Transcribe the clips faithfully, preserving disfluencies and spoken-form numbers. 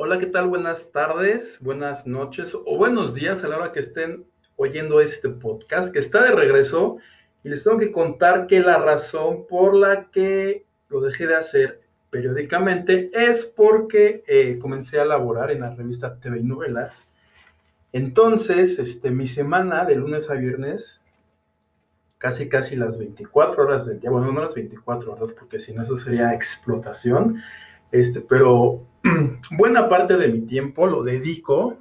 Hola, ¿qué tal? Buenas tardes, buenas noches o buenos días a la hora que estén oyendo este podcast que está de regreso y les tengo que contar que la razón por la que lo dejé de hacer periódicamente es porque eh, comencé a laborar en la revista T V y Novelas. Entonces, este, mi semana de lunes a viernes, casi casi las veinticuatro horas del día, bueno, no las veinticuatro horas porque si no eso sería explotación. Este, pero buena parte de mi tiempo lo dedico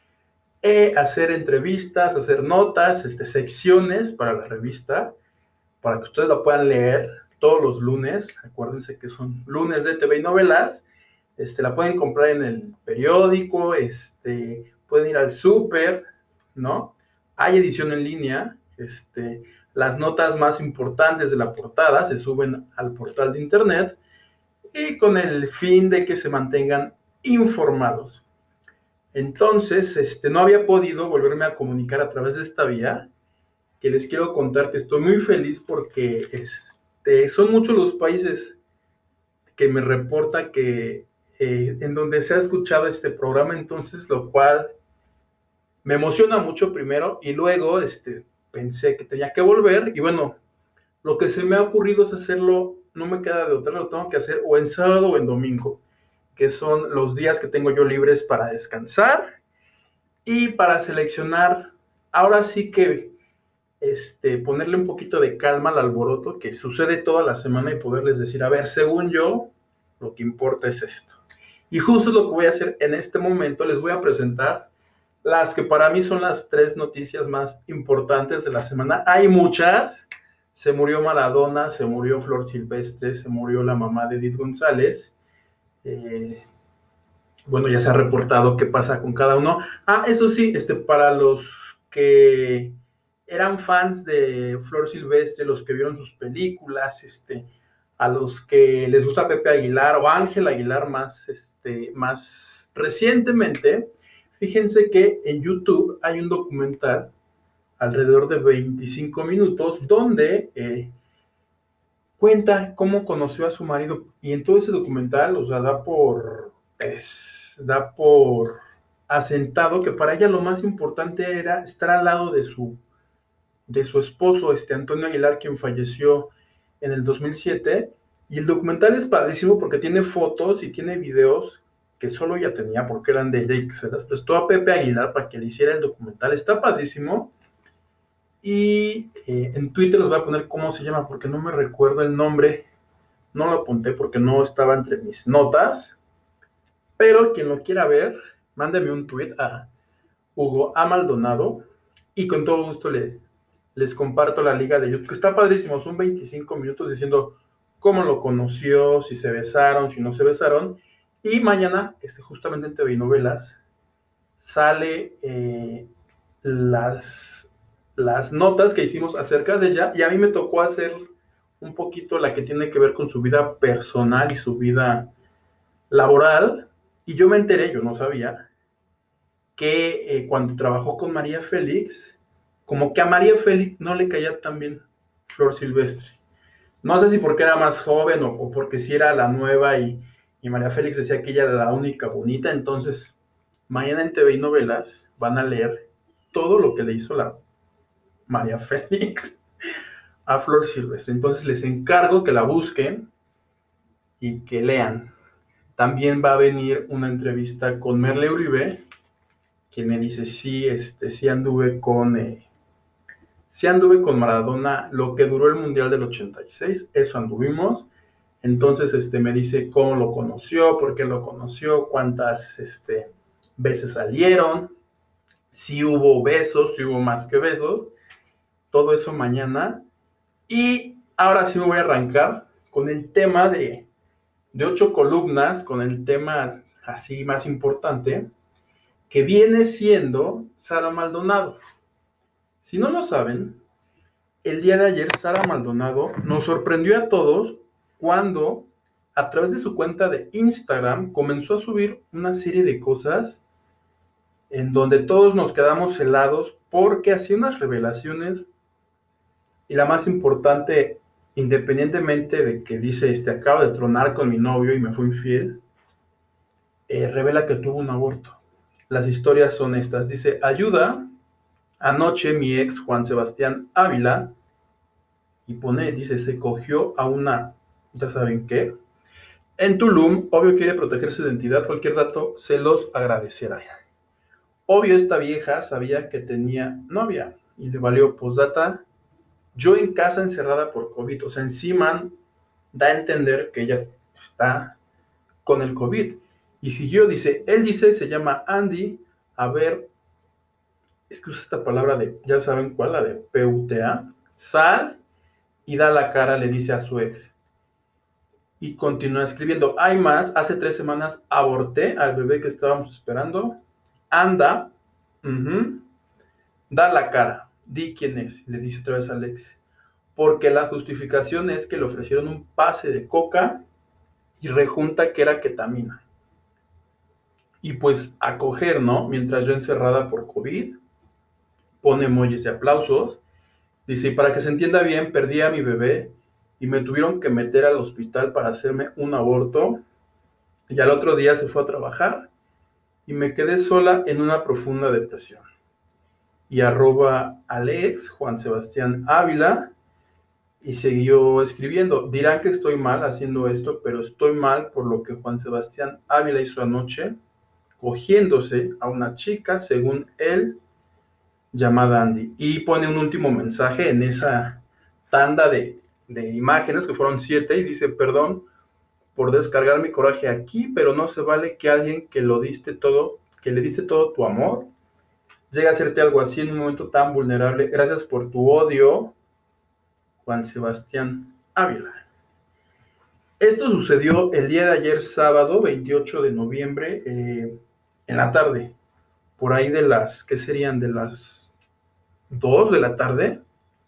a hacer entrevistas, a hacer notas, este, secciones para la revista, para que ustedes la puedan leer todos los lunes. Acuérdense que son lunes de T V y novelas. Este, la pueden comprar en el periódico, este, pueden ir al súper, ¿no? Hay edición en línea, este, las notas más importantes de la portada se suben al portal de internet y con el fin de que se mantengan informados. Entonces, este, no había podido volverme a comunicar a través de esta vía, que les quiero contar que estoy muy feliz porque este, son muchos los países que me reporta que eh, en donde se ha escuchado este programa, entonces, lo cual me emociona mucho primero y luego este, pensé que tenía que volver y bueno, lo que se me ha ocurrido es hacerlo, no me queda de otra, lo tengo que hacer o en sábado o en domingo, que son los días que tengo yo libres para descansar y para seleccionar, ahora sí que este, ponerle un poquito de calma al alboroto que sucede toda la semana y poderles decir, a ver, según yo, lo que importa es esto. Y justo lo que voy a hacer en este momento, les voy a presentar las que para mí son las tres noticias más importantes de la semana. Hay muchas. Se murió Maradona, se murió Flor Silvestre, se murió la mamá de Edith González. Eh, bueno, ya se ha reportado qué pasa con cada uno. Ah, eso sí, este, para los que eran fans de Flor Silvestre, los que vieron sus películas, este, a los que les gusta Pepe Aguilar o Ángel Aguilar más, este, más recientemente, fíjense que en YouTube hay un documental alrededor de veinticinco minutos donde eh, cuenta cómo conoció a su marido y en todo ese documental, o sea, da por, es, da por asentado que para ella lo más importante era estar al lado de su, de su esposo, este Antonio Aguilar, quien falleció en el dos mil siete, y el documental es padrísimo porque tiene fotos y tiene videos que solo ella tenía porque eran de ella y que se las prestó a Pepe Aguilar para que le hiciera el documental. Está padrísimo. Y eh, en Twitter les voy a poner cómo se llama porque no me recuerdo el nombre, no lo apunté porque no estaba entre mis notas, pero quien lo quiera ver, mándeme un tweet a Hugo A. Maldonado y con todo gusto le, les comparto la liga de YouTube, que está padrísimo, son veinticinco minutos diciendo cómo lo conoció, si se besaron, si no se besaron, y mañana, este, justamente en T V y Novelas, sale eh, las, las notas que hicimos acerca de ella, y a mí me tocó hacer un poquito la que tiene que ver con su vida personal y su vida laboral, y yo me enteré, yo no sabía, que eh, cuando trabajó con María Félix, como que a María Félix no le caía tan bien Flor Silvestre. No sé si porque era más joven o, o porque si era la nueva y, y María Félix decía que ella era la única bonita, entonces mañana en T V y Novelas van a leer todo lo que le hizo la María Félix a Flor Silvestre. Entonces les encargo que la busquen y que lean. También va a venir una entrevista con Merle Uribe, quien me dice, sí, este, sí anduve con, eh, sí anduve con Maradona, lo que duró el Mundial del ochenta y seis, eso anduvimos. Entonces, este, me dice cómo lo conoció, por qué lo conoció, cuántas, este, veces salieron, si hubo besos, si hubo más que besos, todo eso mañana. Y ahora sí me voy a arrancar con el tema de, de ocho columnas, con el tema así más importante, que viene siendo Sara Maldonado. Si no lo saben, el día de ayer Sara Maldonado nos sorprendió a todos cuando a través de su cuenta de Instagram comenzó a subir una serie de cosas en donde todos nos quedamos helados porque hacía unas revelaciones y la más importante, independientemente de que dice, este, acabo de tronar con mi novio y me fue infiel, eh, revela que tuvo un aborto. Las historias son estas. Dice, ayuda, anoche mi ex Juan Sebastián Ávila, y pone, dice, se cogió a una, ya saben qué, en Tulum, obvio quiere proteger su identidad, cualquier dato se los agradecerá. Obvio esta vieja sabía que tenía novia y le valió postdata, yo en casa encerrada por COVID, o sea, encima da a entender que ella está con el COVID. Y siguió, dice, él dice, se llama Andy, a ver, es que usa esta palabra de, ya saben cuál, la de P U T A, sal y da la cara, le dice a su ex. Y continúa escribiendo, hay más, hace tres semanas aborté al bebé que estábamos esperando, anda, uh-huh, da la cara, di quién es, le dice otra vez a Alex, porque la justificación es que le ofrecieron un pase de coca y rejunta que era ketamina. Y pues a coger, ¿no? Mientras yo encerrada por COVID, pone emojis de aplausos, dice, y para que se entienda bien, perdí a mi bebé y me tuvieron que meter al hospital para hacerme un aborto, y al otro día se fue a trabajar y me quedé sola en una profunda depresión. Y arroba Alex, Juan Sebastián Ávila, y siguió escribiendo, dirán que estoy mal haciendo esto, pero estoy mal por lo que Juan Sebastián Ávila hizo anoche, cogiéndose a una chica, según él, llamada Andy. Y pone un último mensaje en esa tanda de, de imágenes, que fueron siete, y dice, perdón por descargar mi coraje aquí, pero no se vale que alguien que lo diste todo, que le diste todo tu amor, llegue a hacerte algo así en un momento tan vulnerable. Gracias por tu odio, Juan Sebastián Ávila. Esto sucedió el día de ayer, sábado, veintiocho de noviembre, eh, en la tarde, por ahí de las, ¿qué serían? De las dos de la tarde,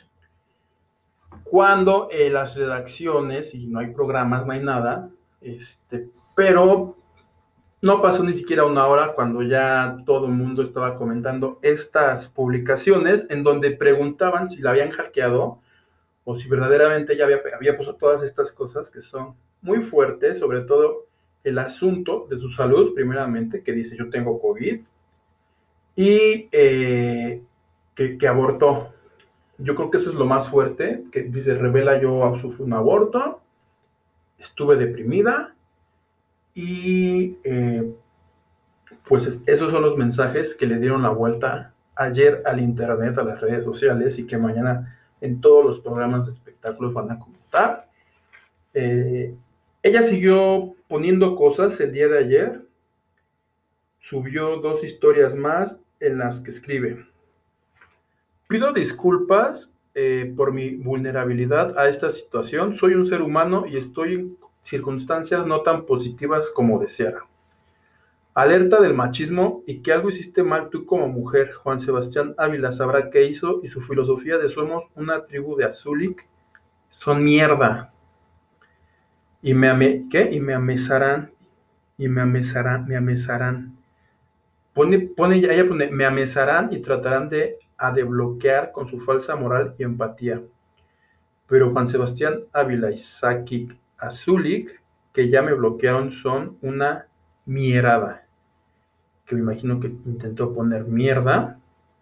cuando eh, las redacciones, y no hay programas, no hay nada, este, pero no pasó ni siquiera una hora cuando ya todo el mundo estaba comentando estas publicaciones en donde preguntaban si la habían hackeado o si verdaderamente ella había, había puesto todas estas cosas que son muy fuertes, sobre todo el asunto de su salud, primeramente, que dice yo tengo COVID, y eh, que, que abortó. Yo creo que eso es lo más fuerte, que dice, revela yo sufrí un aborto, estuve deprimida, y eh, pues es, esos son los mensajes que le dieron la vuelta ayer al internet, a las redes sociales, y que mañana en todos los programas de espectáculos van a comentar. Eh, ella siguió poniendo cosas el día de ayer, subió dos historias más en las que escribe, pido disculpas eh, por mi vulnerabilidad a esta situación, soy un ser humano y estoy en circunstancias no tan positivas como deseara. Alerta del machismo y que algo hiciste mal tú como mujer. Juan Sebastián Ávila sabrá qué hizo y su filosofía de somos una tribu de Azulik son mierda. Y me ame, ¿qué? Y me amesarán, y me amesarán, me amesarán. Pone, pone, ella pone, me amesarán y tratarán de a desbloquear con su falsa moral y empatía. Pero Juan Sebastián Ávila y Sakik Azulik, que ya me bloquearon, son una mierda. Que me imagino que intentó poner mierda.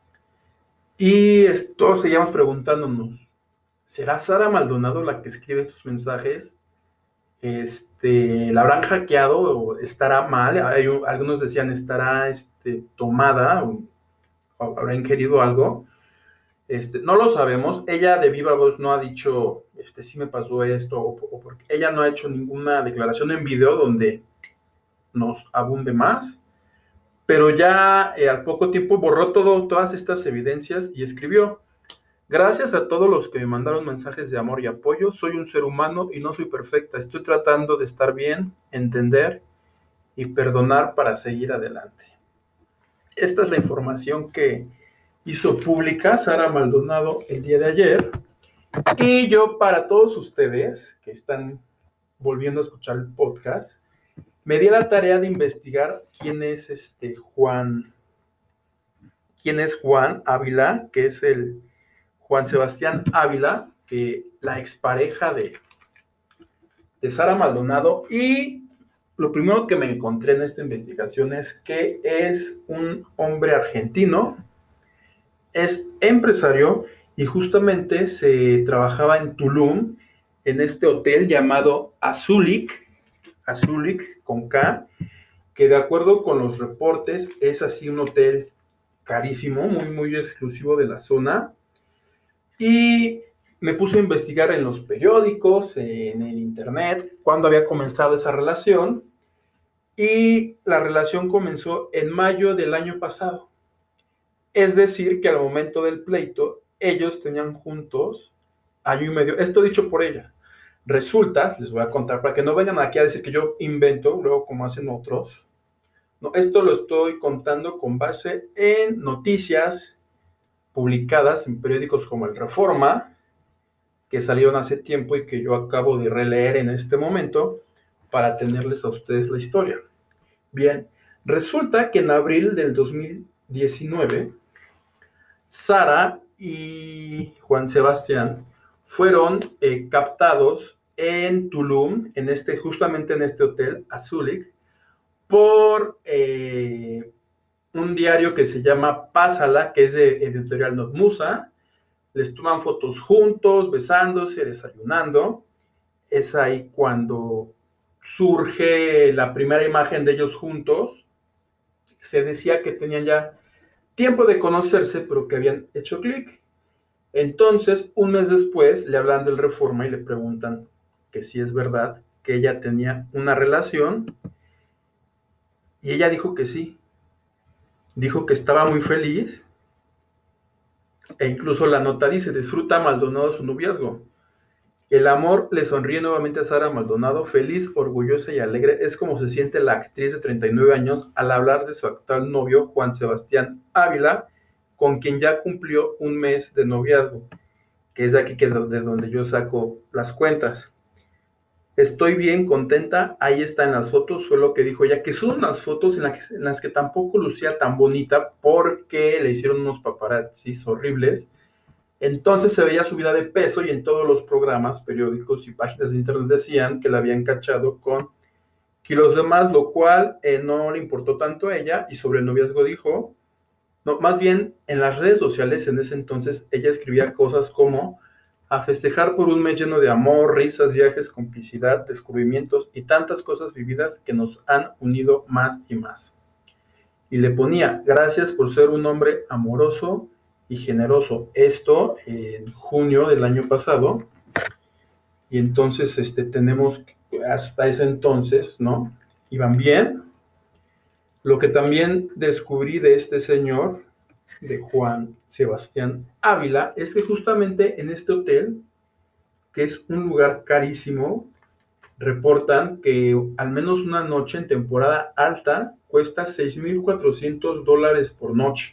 Y todos seguíamos preguntándonos, ¿será Sara Maldonado la que escribe estos mensajes? Este, ¿la habrán hackeado o estará mal? Hay, algunos decían, ¿estará este, tomada o, o habrá ingerido algo? Este, no lo sabemos. Ella de viva voz no ha dicho, este, sí me pasó esto, o, o porque ella no ha hecho ninguna declaración en video donde nos abunde más. Pero ya eh, al poco tiempo borró todo, todas estas evidencias y escribió, gracias a todos los que me mandaron mensajes de amor y apoyo, soy un ser humano y no soy perfecta, estoy tratando de estar bien, entender y perdonar para seguir adelante. Esta es la información que hizo pública Sara Maldonado el día de ayer, y yo para todos ustedes que están volviendo a escuchar el podcast, me di la tarea de investigar quién es este Juan, quién es Juan Ávila, que es el Juan Sebastián Ávila, que la expareja de, de Sara Maldonado, y lo primero que me encontré en esta investigación es que es un hombre argentino, es empresario y justamente se trabajaba en Tulum, en este hotel llamado Azulik, Azulik con K, que de acuerdo con los reportes es así un hotel carísimo, muy, muy exclusivo de la zona. Y me puse a investigar en los periódicos, en el internet, cuándo había comenzado esa relación. Y la relación comenzó en mayo del año pasado. Es decir, que al momento del pleito, ellos tenían juntos año y medio. Esto dicho por ella. Resulta, les voy a contar, para que no vengan aquí a decir que yo invento, luego como hacen otros. No, esto lo estoy contando con base en noticias publicadas en periódicos como el Reforma, que salieron hace tiempo y que yo acabo de releer en este momento para tenerles a ustedes la historia. Bien, resulta que en abril del dos mil diecinueve, Sara y Juan Sebastián fueron eh, captados en Tulum, en este, justamente en este hotel, Azulik, por eh, un diario que se llama Pásala, que es de editorial Notmusa. Les toman fotos juntos, besándose, desayunando. Es ahí cuando surge la primera imagen de ellos juntos. Se decía que tenían ya tiempo de conocerse, pero que habían hecho clic. Entonces, un mes después, le hablan del Reforma y le preguntan que si es verdad que ella tenía una relación. Y ella dijo que sí. Dijo que estaba muy feliz. E incluso la nota dice, disfruta Maldonado su noviazgo. El amor le sonríe nuevamente a Sara Maldonado, feliz, orgullosa y alegre. Es como se siente la actriz de treinta y nueve años al hablar de su actual novio, Juan Sebastián Ávila, con quien ya cumplió un mes de noviazgo, que es de aquí que de donde yo saco las cuentas. Estoy bien contenta, ahí está en las fotos, fue lo que dijo ella, que son unas fotos en, la que, en las que tampoco lucía tan bonita porque le hicieron unos paparazzis horribles. Entonces se veía subida de peso y en todos los programas, periódicos y páginas de internet decían que la habían cachado con kilos de más, lo cual eh, no le importó tanto a ella. Y sobre el noviazgo dijo, no, más bien en las redes sociales en ese entonces ella escribía cosas como a festejar por un mes lleno de amor, risas, viajes, complicidad, descubrimientos y tantas cosas vividas que nos han unido más y más. Y le ponía, gracias por ser un hombre amoroso y generoso. Esto en junio del año pasado. Y entonces este, tenemos hasta ese entonces, ¿no? Iban bien. Lo que también descubrí de este señor, de Juan Sebastián Ávila, es que justamente en este hotel, que es un lugar carísimo, reportan que al menos una noche en temporada alta cuesta seis mil cuatrocientos dólares por noche.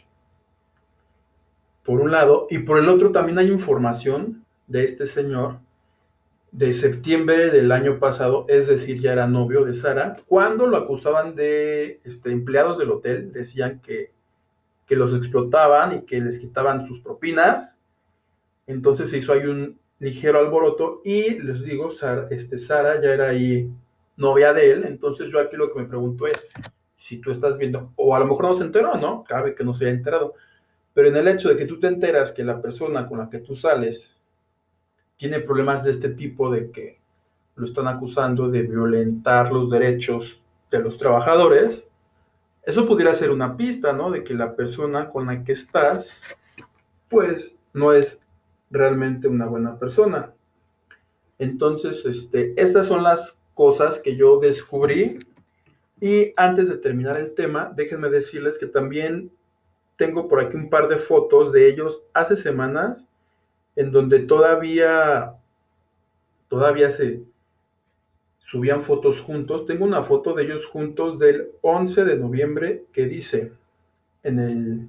Por un lado, y por el otro también hay información de este señor de septiembre del año pasado, es decir, ya era novio de Sara, cuando lo acusaban de este, empleados del hotel, decían que, que los explotaban y que les quitaban sus propinas. Entonces se hizo ahí un ligero alboroto y les digo, Sara, este, Sara ya era ahí novia de él. Entonces yo aquí lo que me pregunto es, si tú estás viendo, o a lo mejor no se enteró, ¿no? Cabe que no se haya enterado, pero en el hecho de que tú te enteras que la persona con la que tú sales tiene problemas de este tipo, de que lo están acusando de violentar los derechos de los trabajadores, eso pudiera ser una pista, ¿no? De que la persona con la que estás, pues, no es realmente una buena persona. Entonces, este, estas son las cosas que yo descubrí. Y antes de terminar el tema, déjenme decirles que también tengo por aquí un par de fotos de ellos hace semanas, en donde todavía, todavía se subían fotos juntos. Tengo una foto de ellos juntos del once de noviembre que dice en el,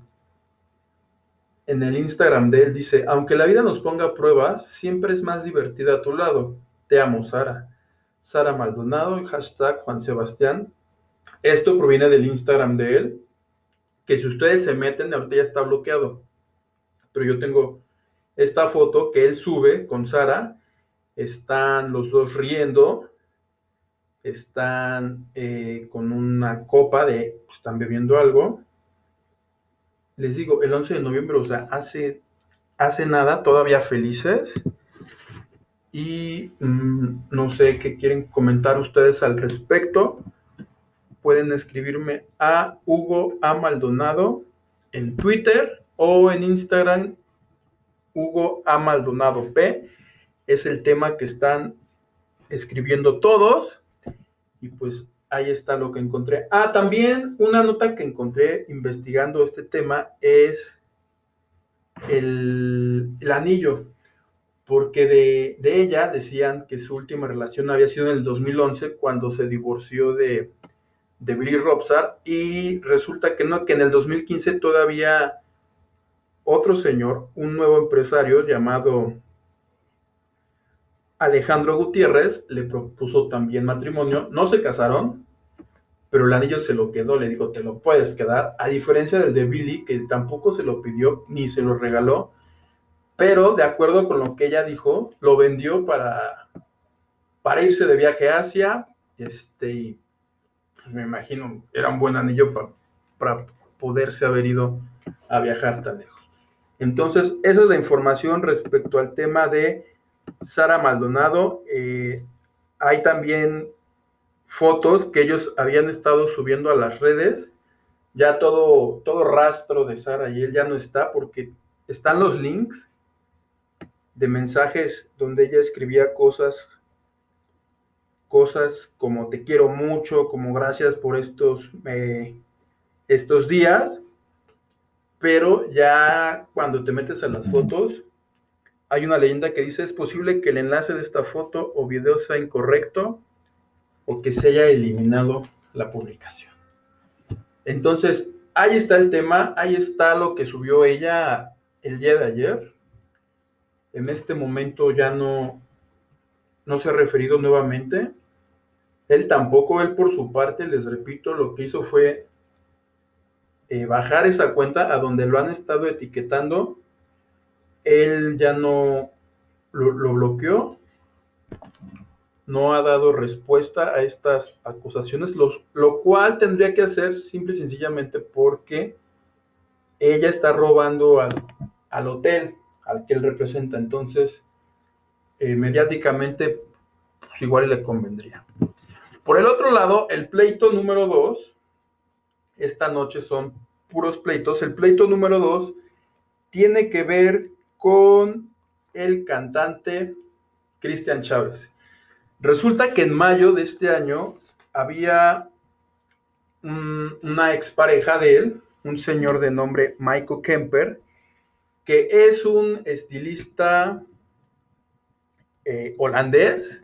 en el Instagram de él, dice, aunque la vida nos ponga pruebas, siempre es más divertida a tu lado. Te amo, Sara. Sara Maldonado, hashtag Juan Sebastián. Esto proviene del Instagram de él, que si ustedes se meten, ahorita ya está bloqueado. Pero yo tengo esta foto que él sube con Sara. Están los dos riendo. están eh, con una copa de, pues, están bebiendo algo. Les digo, el once de noviembre, o sea, hace, hace nada, todavía felices. Y mmm, no sé qué quieren comentar ustedes al respecto. Pueden escribirme a Hugo A. Maldonado en Twitter o en Instagram, Hugo A. Maldonado P. Es el tema que están escribiendo todos. Y pues ahí está lo que encontré. Ah, también una nota que encontré investigando este tema es el, el anillo, porque de, de ella decían que su última relación había sido en el dos mil once, cuando se divorció de, de Billy Robsar, y resulta que no, que en el dos mil quince todavía otro señor, un nuevo empresario llamado Alejandro Gutiérrez, le propuso también matrimonio. No se casaron, pero el anillo se lo quedó, le dijo, te lo puedes quedar, a diferencia del de Billy, que tampoco se lo pidió ni se lo regaló, pero de acuerdo con lo que ella dijo, lo vendió para, para irse de viaje a Asia, este, y me imagino, era un buen anillo para, para poderse haber ido a viajar tan lejos. Entonces, esa es la información respecto al tema de Sara Maldonado. Eh, hay también fotos que ellos habían estado subiendo a las redes. Ya todo, todo rastro de Sara y él ya no está, porque están los links de mensajes donde ella escribía cosas, cosas como te quiero mucho, como gracias por estos, eh, estos días, pero ya cuando te metes a las fotos, hay una leyenda que dice, es posible que el enlace de esta foto o video sea incorrecto o que se haya eliminado la publicación. Entonces, ahí está el tema, ahí está lo que subió ella el día de ayer. En este momento ya no, no se ha referido nuevamente. Él tampoco, él por su parte, les repito, lo que hizo fue eh, bajar esa cuenta a donde lo han estado etiquetando. Él ya no lo, lo bloqueó, no ha dado respuesta a estas acusaciones, los, lo cual tendría que hacer simple y sencillamente porque ella está robando al, al hotel al que él representa. Entonces, eh, mediáticamente, pues igual le convendría. Por el otro lado, el pleito número dos, esta noche son puros pleitos. El pleito número dos tiene que ver con el cantante Cristian Chávez. Resulta que en mayo de este año había un, una expareja de él, un señor de nombre Michael Kemper, que es un estilista eh, holandés,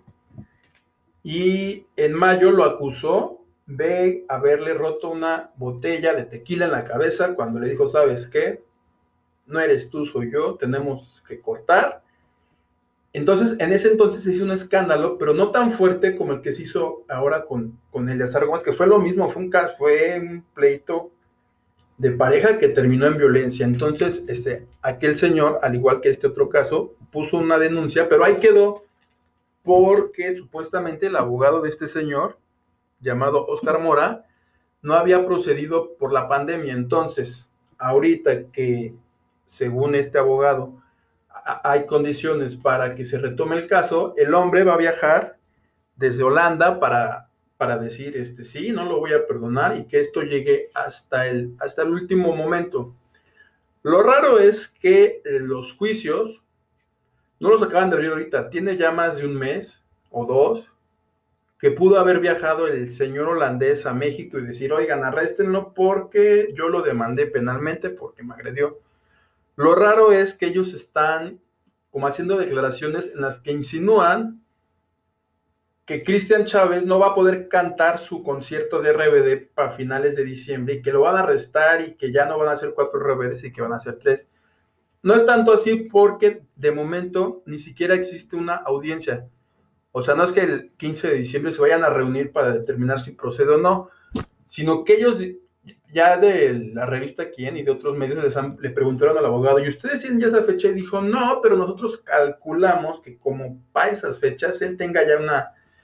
y en mayo lo acusó de haberle roto una botella de tequila en la cabeza cuando le dijo, ¿sabes qué? No eres tú, soy yo, tenemos que cortar. Entonces, en ese entonces se hizo un escándalo, pero no tan fuerte como el que se hizo ahora con, con Eleazar Gómez, que fue lo mismo, fue un, caso, fue un pleito de pareja que terminó en violencia. Entonces, este, aquel señor, al igual que este otro caso, puso una denuncia, pero ahí quedó, porque supuestamente el abogado de este señor, llamado Oscar Mora, no había procedido por la pandemia. Entonces, ahorita que, según este abogado, hay condiciones para que se retome el caso, el hombre va a viajar desde Holanda para, para decir, este, sí, no lo voy a perdonar, y que esto llegue hasta el, hasta el último momento. Lo raro es que eh, los juicios no los acaban de abrir ahorita, tiene ya más de un mes o dos que pudo haber viajado el señor holandés a México y decir, oigan, arréstenlo porque yo lo demandé penalmente porque me agredió. Lo raro es que ellos están como haciendo declaraciones en las que insinúan que Cristian Chávez no va a poder cantar su concierto de R B D para finales de diciembre y que lo van a arrestar y que ya no van a ser cuatro R B Ds y que van a ser tres. No es tanto así porque de momento ni siquiera existe una audiencia. O sea, no es que el quince de diciembre se vayan a reunir para determinar si procede o no, sino que ellos ya de la revista Quién y de otros medios les han, le preguntaron al abogado, ¿y ustedes tienen ya esa fecha? Y dijo, no, pero nosotros calculamos que como para esas fechas él tenga ya una,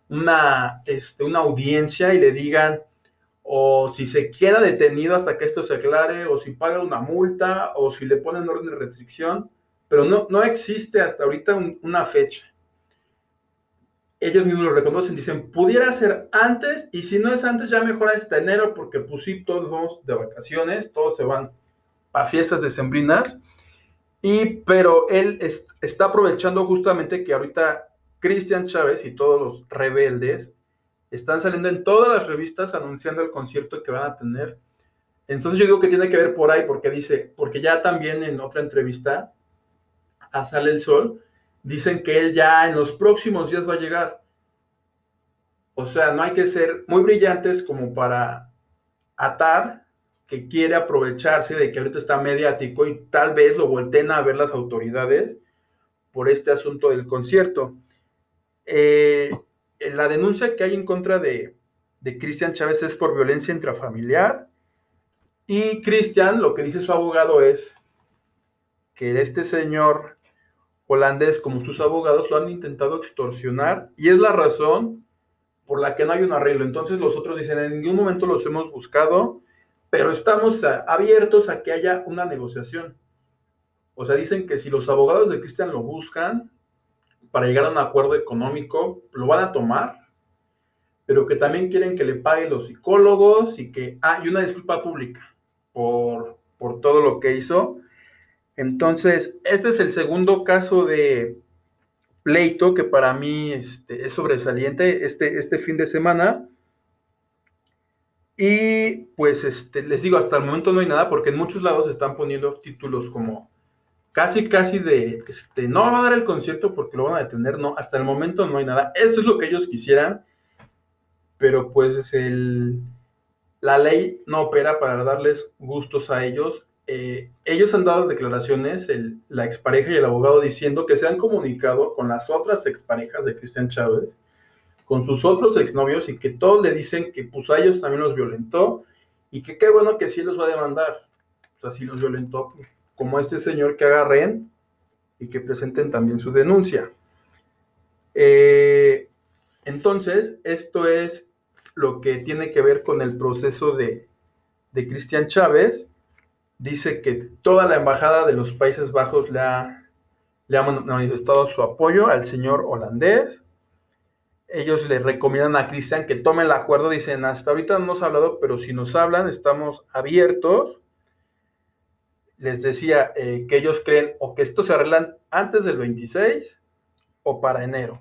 una, este, una audiencia y le digan o si se queda detenido hasta que esto se aclare, o si paga una multa, o si le ponen orden de restricción, pero no, no existe hasta ahorita un, una fecha. Ellos mismos lo reconocen, dicen, pudiera ser antes, y si no es antes, ya mejor hasta enero, porque pues sí, todos vamos de vacaciones, todos se van a fiestas decembrinas, y, pero él es, está aprovechando justamente que ahorita Cristian Chávez y todos los rebeldes están saliendo en todas las revistas anunciando el concierto que van a tener. Entonces yo digo que tiene que ver por ahí, porque dice, porque ya también en otra entrevista a Sale el Sol, dicen que él ya en los próximos días va a llegar. O sea, no hay que ser muy brillantes como para atar que quiere aprovecharse de que ahorita está mediático y tal vez lo volteen a ver las autoridades por este asunto del concierto. Eh, la denuncia que hay en contra de, de Cristian Chávez es por violencia intrafamiliar y Cristian, lo que dice su abogado es que este señor holandés, como sus abogados, lo han intentado extorsionar y es la razón por la que no hay un arreglo. Entonces los otros dicen, en ningún momento los hemos buscado, pero estamos a, abiertos a que haya una negociación. O sea, dicen que si los abogados de Cristian lo buscan para llegar a un acuerdo económico, lo van a tomar, pero que también quieren que le paguen los psicólogos y que, ah, y una disculpa pública por, por todo lo que hizo. Entonces, este es el segundo caso de pleito que para mí este, es sobresaliente este, este fin de semana. Y pues este, les digo, hasta el momento no hay nada porque en muchos lados están poniendo títulos como casi, casi de, este, no va a dar el concierto porque lo van a detener, no, hasta el momento no hay nada. Eso es lo que ellos quisieran, pero pues el, la ley no opera para darles gustos a ellos. Eh, ellos han dado declaraciones, el, la expareja y el abogado, diciendo que se han comunicado con las otras exparejas de Cristian Chávez, con sus otros exnovios, y que todos le dicen que pues a ellos también los violentó, y que qué bueno que sí los va a demandar. O sea, si los violentó, pues como este señor, que agarren y que presenten también su denuncia. Eh, entonces, esto es lo que tiene que ver con el proceso de, de Cristian Chávez. Dice que toda la embajada de los Países Bajos le ha, le ha manifestado su apoyo al señor holandés. Ellos le recomiendan a Cristian que tome el acuerdo, dicen, hasta ahorita no nos ha hablado, pero si nos hablan, estamos abiertos. Les decía eh, que ellos creen o que esto se arreglan antes del veintiséis o para enero.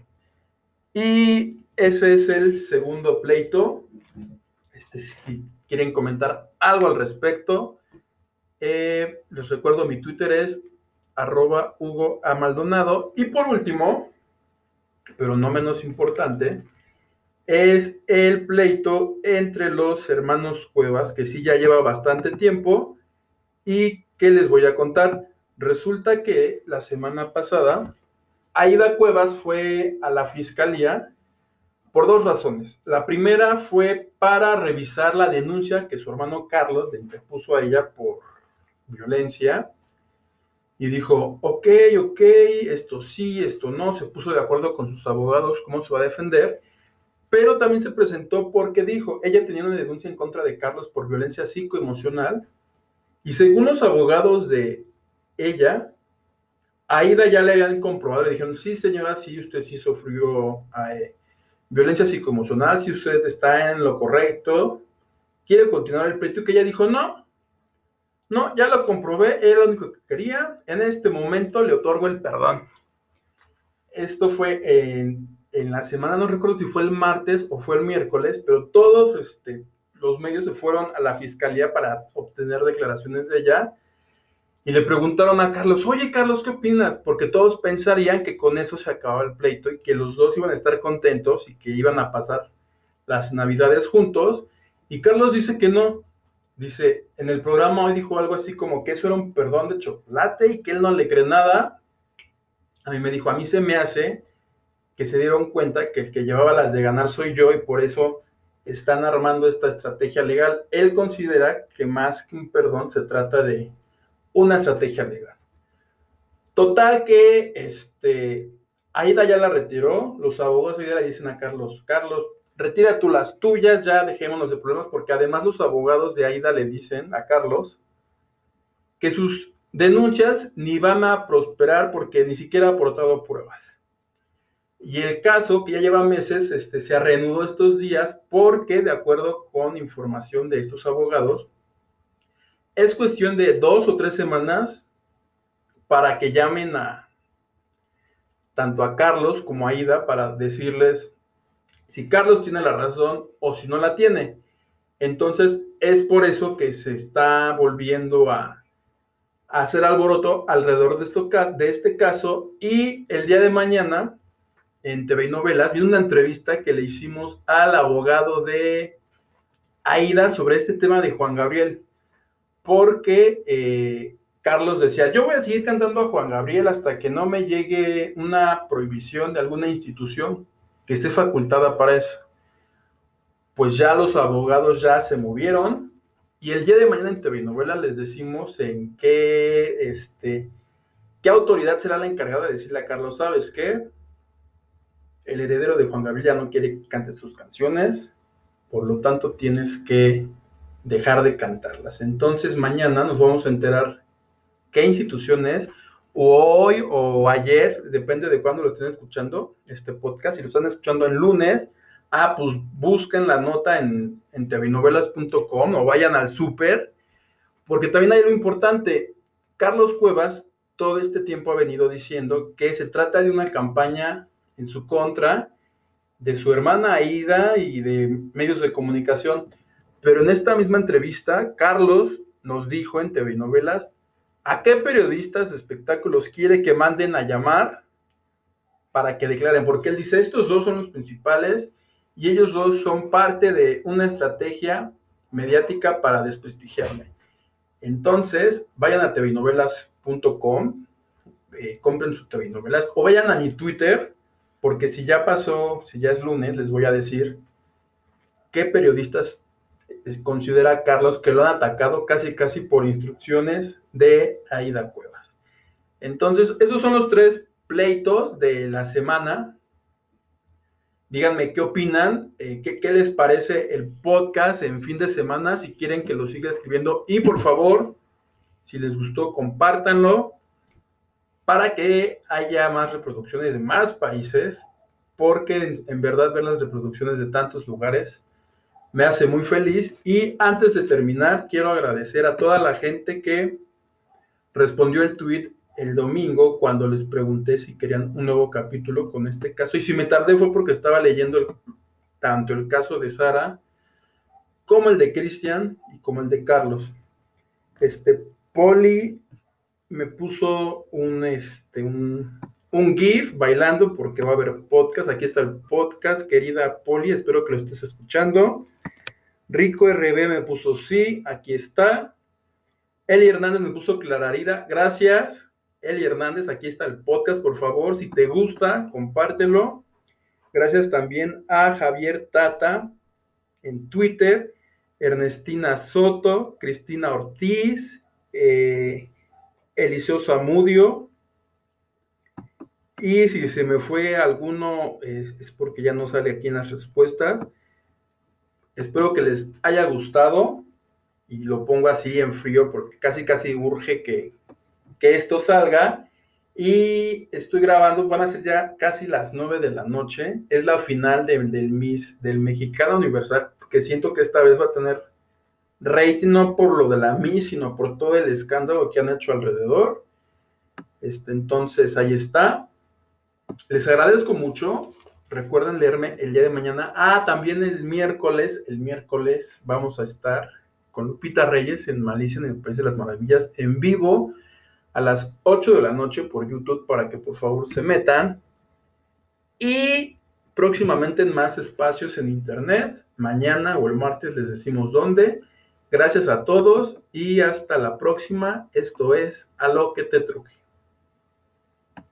Y ese es el segundo pleito. Este, si quieren comentar algo al respecto, eh, les recuerdo, mi Twitter es arroba Hugo A. Maldonado. Y por último, pero no menos importante, es el pleito entre los hermanos Cuevas, que sí ya lleva bastante tiempo. ¿Y qué les voy a contar? Resulta que la semana pasada, Aida Cuevas fue a la fiscalía por dos razones. La primera fue para revisar la denuncia que su hermano Carlos le interpuso a ella por violencia. Y dijo, ok, ok, esto sí, esto no. Se puso de acuerdo con sus abogados cómo se va a defender. Pero también se presentó porque dijo, ella tenía una denuncia en contra de Carlos por violencia psicoemocional. Y según los abogados de ella, a Aida ya le habían comprobado, le dijeron, sí señora, sí, usted sí sufrió eh, violencia psicoemocional, si usted está en lo correcto, quiere continuar el pleito, que ella dijo, no, no, ya lo comprobé, era lo único que quería, en este momento le otorgo el perdón. Esto fue en, en la semana, no recuerdo si fue el martes o fue el miércoles, pero todos este, los medios se fueron a la fiscalía para obtener declaraciones de ella. Y le preguntaron a Carlos, oye Carlos, ¿qué opinas? Porque todos pensarían que con eso se acababa el pleito y que los dos iban a estar contentos y que iban a pasar las navidades juntos. Y Carlos dice que no. Dice, en el programa hoy dijo algo así como que eso era un perdón de chocolate y que él no le cree nada. A mí me dijo, a mí se me hace que se dieron cuenta que el que llevaba las de ganar soy yo y por eso están armando esta estrategia legal. Él considera que más que un perdón se trata de una estrategia legal. Total que este, Aida ya la retiró, los abogados de Aida le dicen a Carlos, Carlos, retira tú las tuyas, ya dejémonos de problemas, porque además los abogados de Aida le dicen a Carlos que sus denuncias ni van a prosperar porque ni siquiera ha aportado pruebas. Y el caso, que ya lleva meses, este, se reanudó estos días porque, de acuerdo con información de estos abogados, es cuestión de dos o tres semanas para que llamen a tanto a Carlos como a Aida para decirles si Carlos tiene la razón o si no la tiene. Entonces, es por eso que se está volviendo a, a hacer alboroto alrededor de, esto, de este caso, y el día de mañana en T V y Novelas viene una entrevista que le hicimos al abogado de Aida sobre este tema de Juan Gabriel, porque eh, Carlos decía, yo voy a seguir cantando a Juan Gabriel hasta que no me llegue una prohibición de alguna institución que esté facultada para eso. Pues ya los abogados ya se movieron, y el día de mañana en T V y Novelas les decimos en qué, este, qué autoridad será la encargada de decirle a Carlos, ¿sabes qué? El heredero de Juan Gabriel ya no quiere que cante sus canciones, por lo tanto tienes que dejar de cantarlas. Entonces mañana nos vamos a enterar qué instituciones, o hoy o ayer, depende de cuándo lo estén escuchando, este podcast. Si lo están escuchando en lunes, ah, pues busquen la nota en, en T V novelas punto com o vayan al súper, porque también hay algo importante. Carlos Cuevas todo este tiempo ha venido diciendo que se trata de una campaña en su contra, de su hermana Aida y de medios de comunicación. Pero en esta misma entrevista, Carlos nos dijo en T V Novelas a qué periodistas de espectáculos quiere que manden a llamar para que declaren, porque él dice, estos dos son los principales y ellos dos son parte de una estrategia mediática para desprestigiarme. Entonces, vayan a T V novelas punto com, eh, compren su T V Novelas, o vayan a mi Twitter, porque si ya pasó, si ya es lunes, les voy a decir qué periodistas considera Carlos que lo han atacado casi casi por instrucciones de Aida Cuevas. Entonces, esos son los tres pleitos de la semana. Díganme qué opinan, eh, qué, qué les parece el podcast en fin de semana, si quieren que lo siga escribiendo, y por favor, si les gustó, compártanlo para que haya más reproducciones de más países, porque en, en verdad ver las reproducciones de tantos lugares me hace muy feliz. Y antes de terminar, quiero agradecer a toda la gente que respondió el tweet el domingo cuando les pregunté si querían un nuevo capítulo con este caso. Y si me tardé fue porque estaba leyendo el, tanto el caso de Sara como el de Cristian y como el de Carlos. Este, Poli me puso un, este, un, un GIF bailando porque va a haber podcast. Aquí está el podcast, querida Poli, espero que lo estés escuchando. Rico R B me puso sí, aquí está. Eli Hernández me puso clararida, gracias. Eli Hernández, aquí está el podcast, por favor, si te gusta, compártelo. Gracias también a Javier Tata en Twitter, Ernestina Soto, Cristina Ortiz, eh, Eliseo Zamudio. Y si se me fue alguno, eh, es porque ya no sale aquí en las respuestas. Espero que les haya gustado, y lo pongo así en frío porque casi casi urge que, que esto salga. Y estoy grabando, van a ser ya casi las nueve de la noche, es la final de, del Miss, del Mexicana Universal, que siento que esta vez va a tener rating, no por lo de la Miss, sino por todo el escándalo que han hecho alrededor. Este, entonces ahí está, les agradezco mucho. Recuerden leerme el día de mañana. Ah, también el miércoles, el miércoles vamos a estar con Lupita Reyes en Malicia en el País de las Maravillas en vivo a las ocho de la noche por YouTube, para que por favor se metan. Y próximamente en más espacios en internet, mañana o el martes les decimos dónde. Gracias a todos y hasta la próxima. Esto es A lo que te truje.